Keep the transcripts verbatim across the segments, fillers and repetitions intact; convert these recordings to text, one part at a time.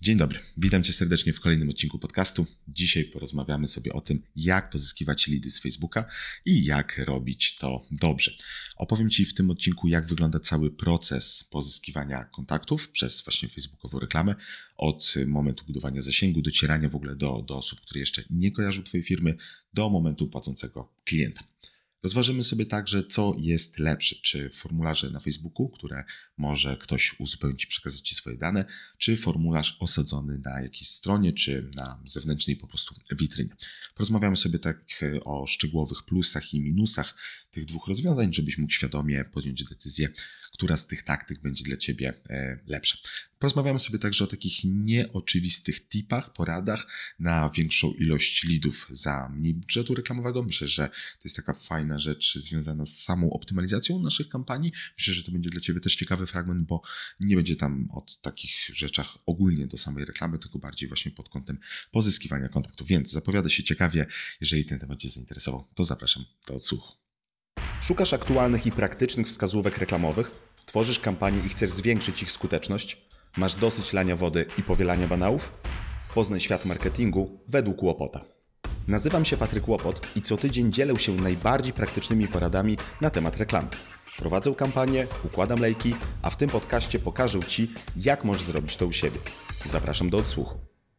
Dzień dobry, witam Cię serdecznie w kolejnym odcinku podcastu. Dzisiaj porozmawiamy sobie o tym, jak pozyskiwać lidy z Facebooka i jak robić to dobrze. Opowiem Ci w tym odcinku, jak wygląda cały proces pozyskiwania kontaktów przez właśnie facebookową reklamę, od momentu budowania zasięgu, docierania w ogóle do, do osób, które jeszcze nie kojarzą Twojej firmy, do momentu płacącego klienta. Rozważymy sobie także, co jest lepsze, czy formularze na Facebooku, które może ktoś uzupełnić i przekazać Ci swoje dane, czy formularz osadzony na jakiejś stronie, czy na zewnętrznej po prostu witrynie. Porozmawiamy sobie tak o szczegółowych plusach i minusach tych dwóch rozwiązań, żebyś mógł świadomie podjąć decyzję, która z tych taktyk będzie dla Ciebie lepsza. Porozmawiamy sobie także o takich nieoczywistych tipach, poradach na większą ilość leadów za mniej budżetu reklamowego. Myślę, że to jest taka fajna rzecz związana z samą optymalizacją naszych kampanii. Myślę, że to będzie dla Ciebie też ciekawy fragment, bo nie będzie tam o takich rzeczach ogólnie do samej reklamy, tylko bardziej właśnie pod kątem pozyskiwania kontaktów. Więc zapowiada się ciekawie. Jeżeli ten temat Cię zainteresował, to zapraszam do odsłuchu. Szukasz aktualnych i praktycznych wskazówek reklamowych? Tworzysz kampanie i chcesz zwiększyć ich skuteczność? Masz dosyć lania wody i powielania banałów? Poznaj świat marketingu według Łopota. Nazywam się Patryk Łopot i co tydzień dzielę się najbardziej praktycznymi poradami na temat reklamy. Prowadzę kampanię, układam lejki, a w tym podcaście pokażę Ci, jak możesz zrobić to u siebie. Zapraszam do odsłuchu.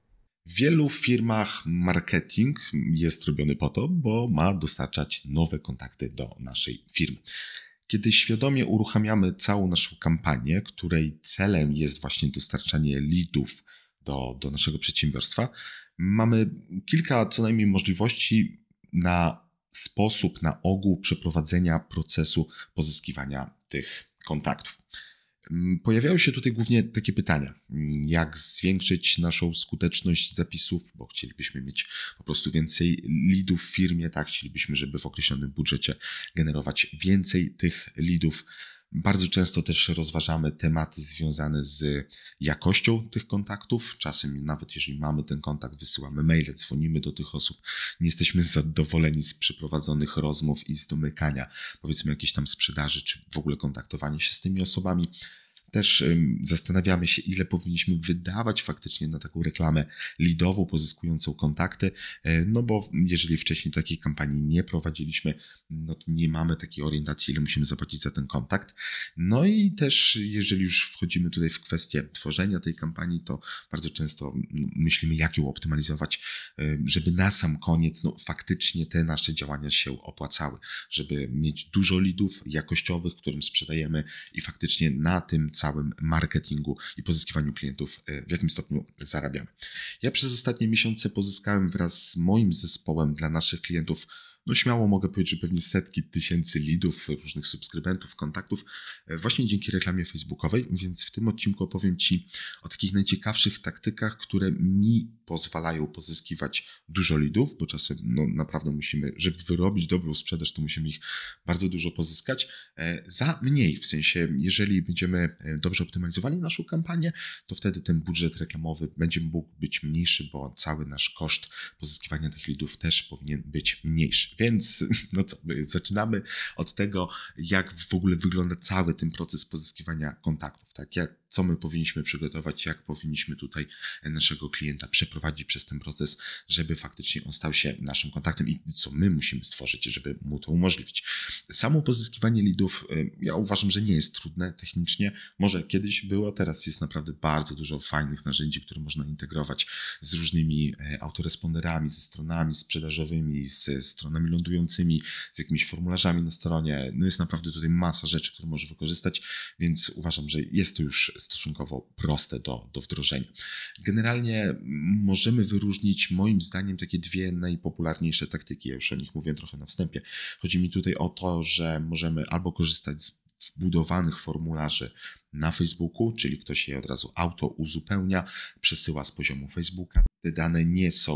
W wielu firmach marketing jest robiony po to, bo ma dostarczać nowe kontakty do naszej firmy. Kiedy świadomie uruchamiamy całą naszą kampanię, której celem jest właśnie dostarczanie leadów do, do naszego przedsiębiorstwa, mamy kilka co najmniej możliwości na sposób, na ogół przeprowadzenia procesu pozyskiwania tych kontaktów. Pojawiały się tutaj głównie takie pytania, jak zwiększyć naszą skuteczność zapisów, bo chcielibyśmy mieć po prostu więcej leadów w firmie, tak, chcielibyśmy, żeby w określonym budżecie generować więcej tych leadów. Bardzo często też rozważamy tematy związane z jakością tych kontaktów. Czasem nawet jeżeli mamy ten kontakt, wysyłamy maile, dzwonimy do tych osób, nie jesteśmy zadowoleni z przeprowadzonych rozmów i z domykania, powiedzmy jakiejś tam sprzedaży, czy w ogóle kontaktowania się z tymi osobami. Też zastanawiamy się, ile powinniśmy wydawać faktycznie na taką reklamę leadową, pozyskującą kontakty, no bo jeżeli wcześniej takiej kampanii nie prowadziliśmy, no to nie mamy takiej orientacji, ile musimy zapłacić za ten kontakt. No i też jeżeli już wchodzimy tutaj w kwestię tworzenia tej kampanii, to bardzo często myślimy, jak ją optymalizować, żeby na sam koniec no, faktycznie te nasze działania się opłacały, żeby mieć dużo leadów jakościowych, którym sprzedajemy i faktycznie na tym całym marketingu i pozyskiwaniu klientów w jakim stopniu zarabiamy. Ja przez ostatnie miesiące pozyskałem wraz z moim zespołem dla naszych klientów, no śmiało mogę powiedzieć, że pewnie setki tysięcy leadów, różnych subskrybentów, kontaktów właśnie dzięki reklamie facebookowej, więc w tym odcinku opowiem Ci o takich najciekawszych taktykach, które mi pozwalają pozyskiwać dużo leadów, bo czasem no, naprawdę musimy, żeby wyrobić dobrą sprzedaż, to musimy ich bardzo dużo pozyskać. Za mniej, w sensie jeżeli będziemy dobrze optymalizowali naszą kampanię, to wtedy ten budżet reklamowy będzie mógł być mniejszy, bo cały nasz koszt pozyskiwania tych leadów też powinien być mniejszy. Więc no co, zaczynamy od tego, jak w ogóle wygląda cały ten proces pozyskiwania kontaktów, tak? Jak, co my powinniśmy przygotować, jak powinniśmy tutaj naszego klienta przeprowadzić przez ten proces, żeby faktycznie on stał się naszym kontaktem i co my musimy stworzyć, żeby mu to umożliwić. Samo pozyskiwanie leadów, ja uważam, że nie jest trudne technicznie. Może kiedyś było, teraz jest naprawdę bardzo dużo fajnych narzędzi, które można integrować z różnymi autoresponderami, ze stronami sprzedażowymi, ze stronami lądującymi, z jakimiś formularzami na stronie. No jest naprawdę tutaj masa rzeczy, które można wykorzystać, więc uważam, że jest to już stosunkowo proste do, do wdrożenia. Generalnie możemy wyróżnić moim zdaniem takie dwie najpopularniejsze taktyki. Ja już o nich mówię trochę na wstępie. Chodzi mi tutaj o to, że możemy albo korzystać z wbudowanych formularzy na Facebooku, czyli ktoś je od razu auto uzupełnia, przesyła z poziomu Facebooka. Te dane nie są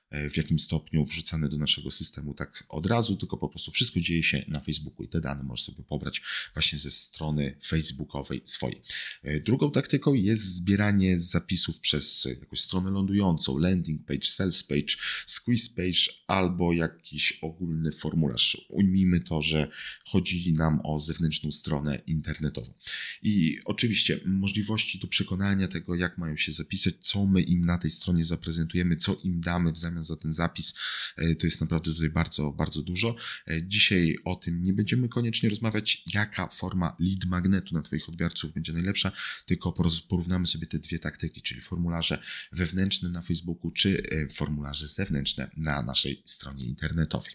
w jakim stopniu wrzucane do naszego systemu tak od razu, tylko po prostu wszystko dzieje się na Facebooku i te dane możesz sobie pobrać właśnie ze strony facebookowej swojej. Drugą taktyką jest zbieranie zapisów przez jakąś stronę lądującą, landing page, sales page, squeeze page albo jakiś ogólny formularz. Ujmijmy to, że chodzi nam o zewnętrzną stronę internetową. I oczywiście możliwości do przekonania tego, jak mają się zapisać, co my im na tej stronie zaprezentujemy, co im damy w zamian za ten zapis, to jest naprawdę tutaj bardzo, bardzo dużo. Dzisiaj o tym nie będziemy koniecznie rozmawiać, jaka forma lead magnetu na Twoich odbiorców będzie najlepsza, tylko porównamy sobie te dwie taktyki, czyli formularze wewnętrzne na Facebooku, czy formularze zewnętrzne na naszej stronie internetowej.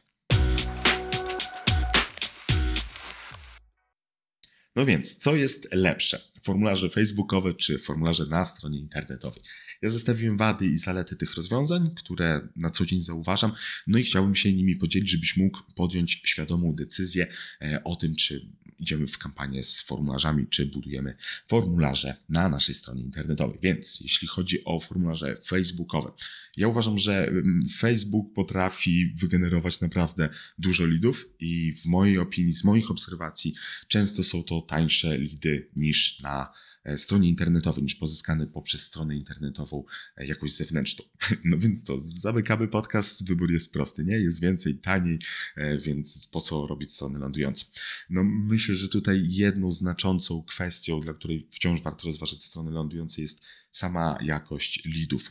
No więc, co jest lepsze? Formularze facebookowe czy formularze na stronie internetowej? Ja zestawiłem wady i zalety tych rozwiązań, które na co dzień zauważam, no i chciałbym się nimi podzielić, żebyś mógł podjąć świadomą decyzję o tym, czy idziemy w kampanię z formularzami, czy budujemy formularze na naszej stronie internetowej. Więc jeśli chodzi o formularze facebookowe, ja uważam, że Facebook potrafi wygenerować naprawdę dużo leadów i w mojej opinii, z moich obserwacji, często są to tańsze leady niż na stronie internetowej, niż pozyskane poprzez stronę internetową jakąś zewnętrzną. No więc to, zamykamy podcast, wybór jest prosty, nie? Jest więcej, taniej, więc po co robić strony lądujące? No myślę, że tutaj jedną znaczącą kwestią, dla której wciąż warto rozważyć strony lądujące, jest sama jakość leadów.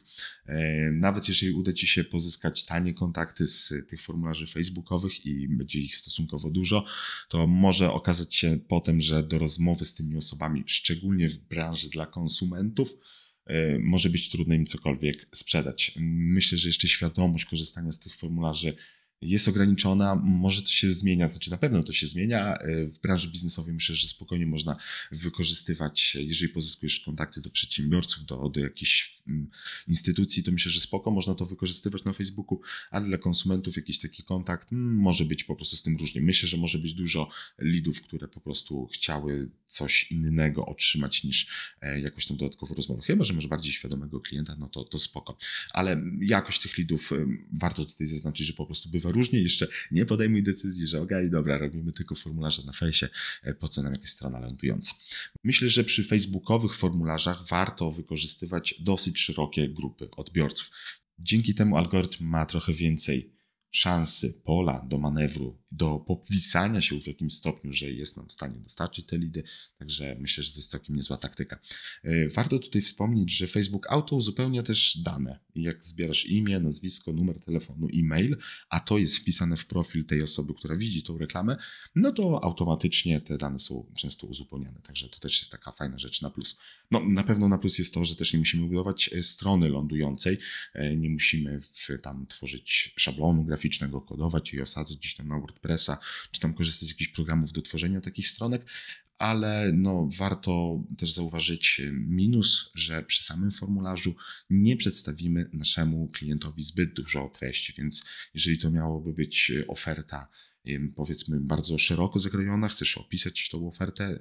Nawet jeżeli uda Ci się pozyskać tanie kontakty z tych formularzy facebookowych i będzie ich stosunkowo dużo, to może okazać się potem, że do rozmowy z tymi osobami, szczególnie w branży dla konsumentów, może być trudno im cokolwiek sprzedać. Myślę, że jeszcze świadomość korzystania z tych formularzy jest ograniczona, może to się zmienia, znaczy na pewno to się zmienia. W branży biznesowej myślę, że spokojnie można wykorzystywać, jeżeli pozyskujesz kontakty do przedsiębiorców, do, do jakichś instytucji, to myślę, że spoko, można to wykorzystywać na Facebooku, a dla konsumentów jakiś taki kontakt może być po prostu z tym różnie. Myślę, że może być dużo leadów, które po prostu chciały coś innego otrzymać niż jakąś tam dodatkową rozmowę. Chyba że masz bardziej świadomego klienta, no to, to spoko. Ale jakość tych leadów warto tutaj zaznaczyć, że po prostu bywa różnie. Jeszcze nie podejmuj decyzji, że okej, okay, dobra, robimy tylko formularze na fejsie, po co nam jakaś strona lądująca. Myślę, że przy facebookowych formularzach warto wykorzystywać dosyć szerokie grupy odbiorców. Dzięki temu algorytm ma trochę więcej szansy, pola do manewru, do popisania się w jakimś stopniu, że jest nam w stanie dostarczyć te lidy, także myślę, że to jest całkiem niezła taktyka. Warto tutaj wspomnieć, że Facebook auto uzupełnia też dane. Jak zbierasz imię, nazwisko, numer telefonu, e-mail, a to jest wpisane w profil tej osoby, która widzi tą reklamę, no to automatycznie te dane są często uzupełniane, także to też jest taka fajna rzecz na plus. No na pewno na plus jest to, że też nie musimy budować strony lądującej, nie musimy w, tam tworzyć szablonu graficznego, kodować i osadzać gdzieś tam na WordPressa, czy tam korzystać z jakichś programów do tworzenia takich stronek, ale no, warto też zauważyć minus, że przy samym formularzu nie przedstawimy naszemu klientowi zbyt dużo treści, więc jeżeli to miałoby być oferta powiedzmy bardzo szeroko zakrojona, chcesz opisać tą ofertę,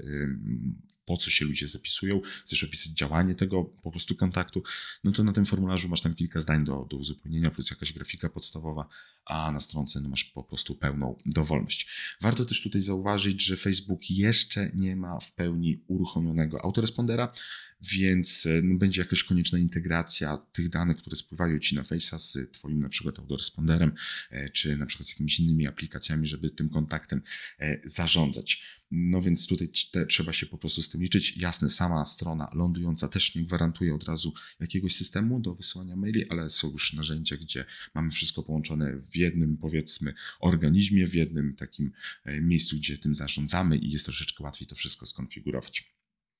po co się ludzie zapisują, chcesz opisać działanie tego po prostu kontaktu, no to na tym formularzu masz tam kilka zdań do, do uzupełnienia plus jakaś grafika podstawowa, a na stronce no masz po prostu pełną dowolność. Warto też tutaj zauważyć, że Facebook jeszcze nie ma w pełni uruchomionego autorespondera, więc no, będzie jakaś konieczna integracja tych danych, które spływają Ci na Face'a z Twoim na przykład autoresponderem, czy na przykład z jakimiś innymi aplikacjami, żeby tym kontaktem zarządzać. No więc tutaj te, trzeba się po prostu z tym liczyć. Jasne, sama strona lądująca też nie gwarantuje od razu jakiegoś systemu do wysyłania maili, ale są już narzędzia, gdzie mamy wszystko połączone w jednym, powiedzmy, organizmie, w jednym takim miejscu, gdzie tym zarządzamy i jest troszeczkę łatwiej to wszystko skonfigurować.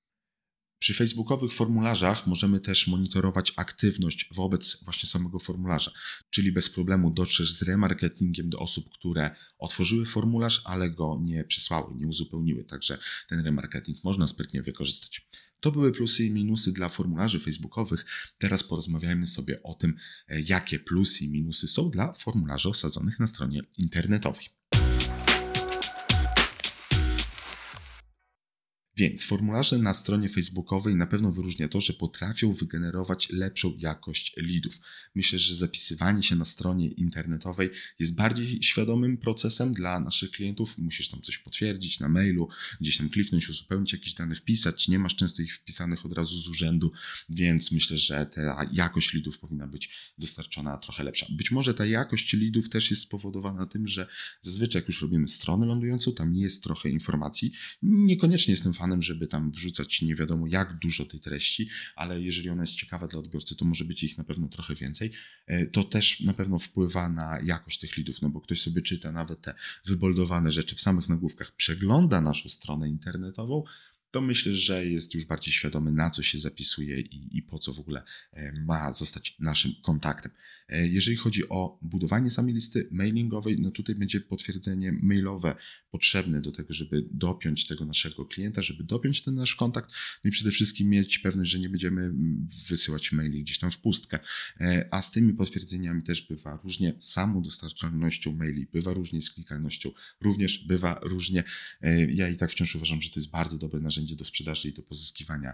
Przy facebookowych formularzach możemy też monitorować aktywność wobec właśnie samego formularza, czyli bez problemu dotrzesz z remarketingiem do osób, które otworzyły formularz, ale go nie przesłały, nie uzupełniły, także ten remarketing można sprytnie wykorzystać. To były plusy i minusy dla formularzy facebookowych. Teraz porozmawiajmy sobie o tym, jakie plusy i minusy są dla formularzy osadzonych na stronie internetowej. Więc formularze na stronie facebookowej na pewno wyróżnia to, że potrafią wygenerować lepszą jakość leadów. Myślę, że zapisywanie się na stronie internetowej jest bardziej świadomym procesem dla naszych klientów. Musisz tam coś potwierdzić na mailu, gdzieś tam kliknąć, uzupełnić jakieś dane, wpisać. Nie masz często ich wpisanych od razu z urzędu, więc myślę, że ta jakość leadów powinna być dostarczona trochę lepsza. Być może ta jakość leadów też jest spowodowana tym, że zazwyczaj jak już robimy stronę lądującą, tam jest trochę informacji. Niekoniecznie jestem fanem, żeby tam wrzucać nie wiadomo jak dużo tej treści, ale jeżeli ona jest ciekawa dla odbiorcy, to może być ich na pewno trochę więcej. To też na pewno wpływa na jakość tych leadów, no bo ktoś sobie czyta nawet te wyboldowane rzeczy w samych nagłówkach, przegląda naszą stronę internetową, to myślę, że jest już bardziej świadomy, na co się zapisuje i, i po co w ogóle ma zostać naszym kontaktem. Jeżeli chodzi o budowanie samej listy mailingowej, no tutaj będzie potwierdzenie mailowe potrzebne do tego, żeby dopiąć tego naszego klienta, żeby dopiąć ten nasz kontakt, no i przede wszystkim mieć pewność, że nie będziemy wysyłać maili gdzieś tam w pustkę. A z tymi potwierdzeniami też bywa różnie, z samą dostarczalnością maili bywa różnie, z klikalnością również bywa różnie. Ja i tak wciąż uważam, że to jest bardzo dobre narzędzie do sprzedaży i do pozyskiwania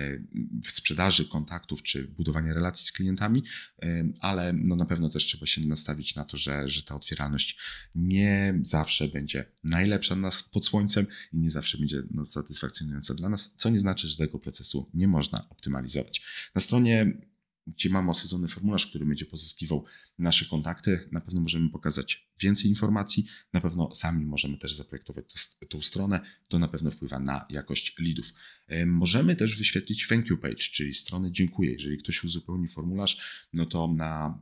sprzedaży, kontaktów czy budowania relacji z klientami, ale no na pewno też trzeba się nastawić na to, że, że ta otwieralność nie zawsze będzie najlepsza nas pod słońcem i nie zawsze będzie no, satysfakcjonująca dla nas, co nie znaczy, że tego procesu nie można optymalizować. Na stronie, gdzie mamy osadzony formularz, który będzie pozyskiwał nasze kontakty, na pewno możemy pokazać więcej informacji, na pewno sami możemy też zaprojektować tą stronę, to na pewno wpływa na jakość leadów. Możemy też wyświetlić thank you page, czyli stronę dziękuję. Jeżeli ktoś uzupełni formularz, no to na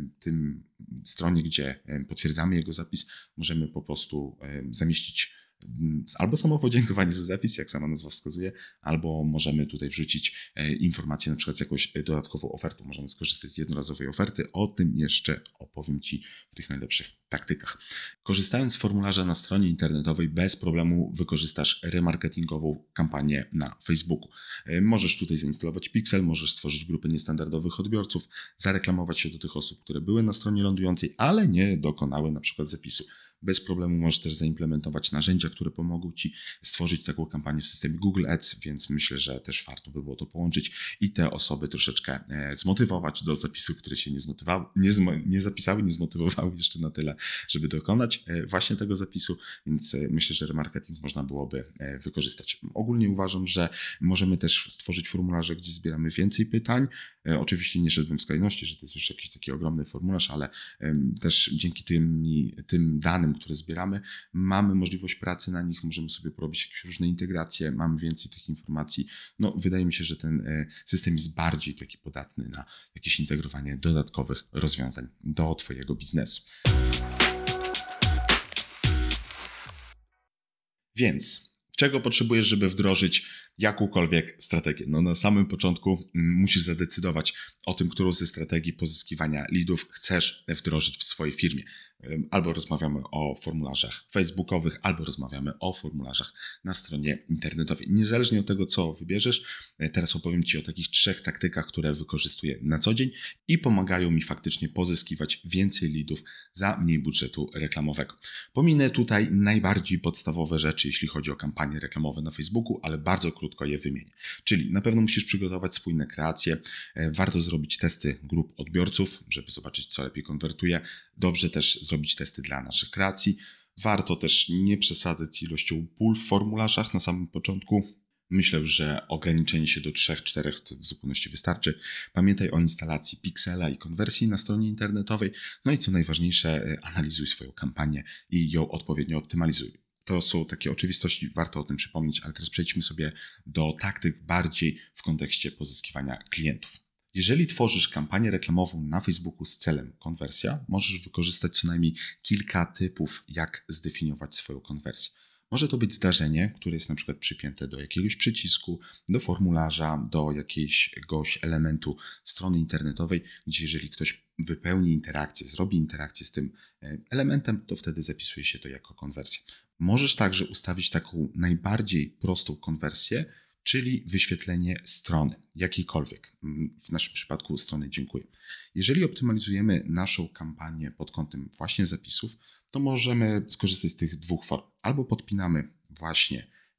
tym stronie, gdzie potwierdzamy jego zapis, możemy po prostu zamieścić albo samo podziękowanie za zapis, jak sama nazwa wskazuje, albo możemy tutaj wrzucić informację na przykład z jakąś dodatkową ofertą. Możemy skorzystać z jednorazowej oferty. O tym jeszcze opowiem Ci w tych najlepszych taktykach. Korzystając z formularza na stronie internetowej, bez problemu wykorzystasz remarketingową kampanię na Facebooku. Możesz tutaj zainstalować Pixel, możesz stworzyć grupy niestandardowych odbiorców, zareklamować się do tych osób, które były na stronie lądującej, ale nie dokonały na przykład zapisu. Bez problemu możesz też zaimplementować narzędzia, które pomogą Ci stworzyć taką kampanię w systemie Google Ads, więc myślę, że też warto by było to połączyć i te osoby troszeczkę zmotywować do zapisu, które się nie, zmotywowały, nie, zmo, nie zapisały, nie zmotywowały jeszcze na tyle, żeby dokonać właśnie tego zapisu, więc myślę, że remarketing można byłoby wykorzystać. Ogólnie uważam, że możemy też stworzyć formularze, gdzie zbieramy więcej pytań. Oczywiście nie szedłem w skrajności, że to jest już jakiś taki ogromny formularz, ale też dzięki tym, tym danym, które zbieramy, mamy możliwość pracy na nich, możemy sobie porobić jakieś różne integracje, mamy więcej tych informacji. No, wydaje mi się, że ten system jest bardziej taki podatny na jakieś integrowanie dodatkowych rozwiązań do Twojego biznesu. Więc czego potrzebujesz, żeby wdrożyć jakąkolwiek strategię? No na samym początku musisz zadecydować o tym, którą ze strategii pozyskiwania leadów chcesz wdrożyć w swojej firmie. Albo rozmawiamy o formularzach facebookowych, albo rozmawiamy o formularzach na stronie internetowej. Niezależnie od tego, co wybierzesz, teraz opowiem Ci o takich trzech taktykach, które wykorzystuję na co dzień i pomagają mi faktycznie pozyskiwać więcej leadów za mniej budżetu reklamowego. Pominę tutaj najbardziej podstawowe rzeczy, jeśli chodzi o kampanie reklamowe na Facebooku, ale bardzo krótko je wymienię. Czyli na pewno musisz przygotować spójne kreacje, warto zrobić testy grup odbiorców, żeby zobaczyć, co lepiej konwertuje. Dobrze też zrobić testy dla naszych kreacji. Warto też nie przesadzać z ilością pól w formularzach na samym początku. Myślę, że ograniczenie się do trzech czterech to w zupełności wystarczy. Pamiętaj o instalacji Pixela i konwersji na stronie internetowej. No i co najważniejsze, analizuj swoją kampanię i ją odpowiednio optymalizuj. To są takie oczywistości, warto o tym przypomnieć, ale teraz przejdźmy sobie do taktyk bardziej w kontekście pozyskiwania klientów. Jeżeli tworzysz kampanię reklamową na Facebooku z celem konwersja, możesz wykorzystać co najmniej kilka typów, jak zdefiniować swoją konwersję. Może to być zdarzenie, które jest na przykład przypięte do jakiegoś przycisku, do formularza, do jakiegoś elementu strony internetowej, gdzie jeżeli ktoś wypełni interakcję, zrobi interakcję z tym elementem, to wtedy zapisuje się to jako konwersja. Możesz także ustawić taką najbardziej prostą konwersję, czyli wyświetlenie strony, jakiejkolwiek, w naszym przypadku strony dziękuję. Jeżeli optymalizujemy naszą kampanię pod kątem właśnie zapisów, to możemy skorzystać z tych dwóch form. Albo podpinamy właśnie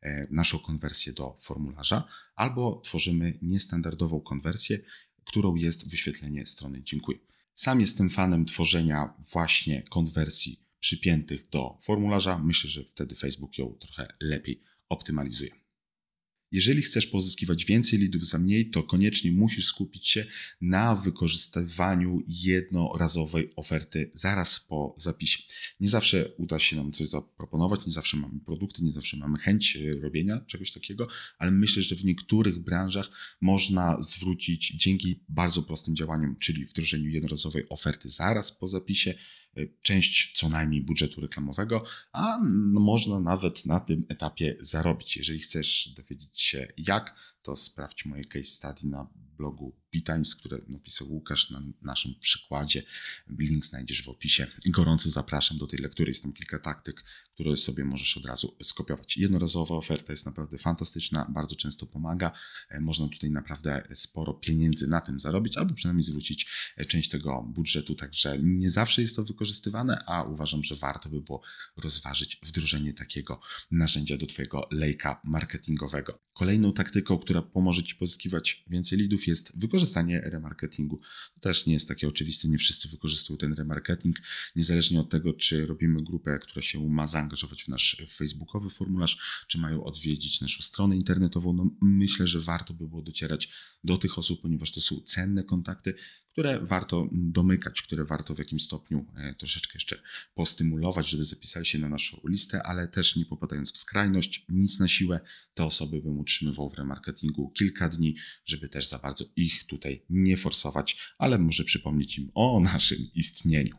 naszą konwersję do formularza, albo tworzymy niestandardową konwersję, którą jest wyświetlenie strony dziękuję. Sam jestem fanem tworzenia właśnie konwersji przypiętych do formularza. Myślę, że wtedy Facebook ją trochę lepiej optymalizuje. Jeżeli chcesz pozyskiwać więcej leadów za mniej, to koniecznie musisz skupić się na wykorzystywaniu jednorazowej oferty zaraz po zapisie. Nie zawsze uda się nam coś zaproponować, nie zawsze mamy produkty, nie zawsze mamy chęć robienia czegoś takiego, ale myślę, że w niektórych branżach można zwrócić dzięki bardzo prostym działaniom, czyli wdrożeniu jednorazowej oferty zaraz po zapisie, część co najmniej budżetu reklamowego, a można nawet na tym etapie zarobić. Jeżeli chcesz dowiedzieć się jak, to sprawdź moje case study na blogu B-Times, które napisał Łukasz na naszym przykładzie. Link znajdziesz w opisie. Gorąco zapraszam do tej lektury. Jest tam kilka taktyk, które sobie możesz od razu skopiować. Jednorazowa oferta jest naprawdę fantastyczna, bardzo często pomaga. Można tutaj naprawdę sporo pieniędzy na tym zarobić, albo przynajmniej zwrócić część tego budżetu, także nie zawsze jest to wykorzystywane, a uważam, że warto by było rozważyć wdrożenie takiego narzędzia do Twojego lejka marketingowego. Kolejną taktyką, która pomoże Ci pozyskiwać więcej leadów, jest wykorzystanie remarketingu. To też nie jest takie oczywiste, nie wszyscy wykorzystują ten remarketing, niezależnie od tego, czy robimy grupę, która się ma zaangażować w nasz facebookowy formularz, czy mają odwiedzić naszą stronę internetową. No, myślę, że warto by było docierać do tych osób, ponieważ to są cenne kontakty, które warto domykać, które warto w jakimś stopniu troszeczkę jeszcze postymulować, żeby zapisali się na naszą listę, ale też nie popadając w skrajność, nic na siłę, te osoby bym utrzymywał w remarketingu kilka dni, żeby też za bardzo ich tutaj nie forsować, ale może przypomnieć im o naszym istnieniu.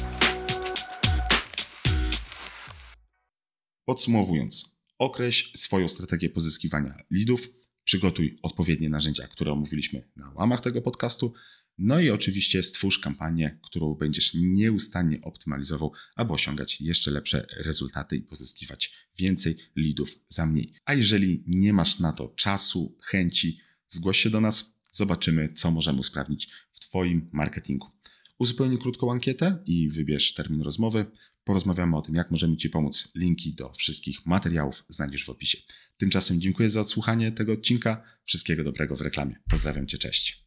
Podsumowując, określ swoją strategię pozyskiwania leadów, przygotuj odpowiednie narzędzia, które omówiliśmy na łamach tego podcastu, no i oczywiście stwórz kampanię, którą będziesz nieustannie optymalizował, aby osiągać jeszcze lepsze rezultaty i pozyskiwać więcej leadów za mniej. A jeżeli nie masz na to czasu, chęci, zgłoś się do nas, zobaczymy, co możemy usprawnić w Twoim marketingu. Uzupełnij krótką ankietę i wybierz termin rozmowy. Porozmawiamy o tym, jak możemy Ci pomóc. Linki do wszystkich materiałów znajdziesz w opisie. Tymczasem dziękuję za odsłuchanie tego odcinka. Wszystkiego dobrego w reklamie. Pozdrawiam Cię, cześć.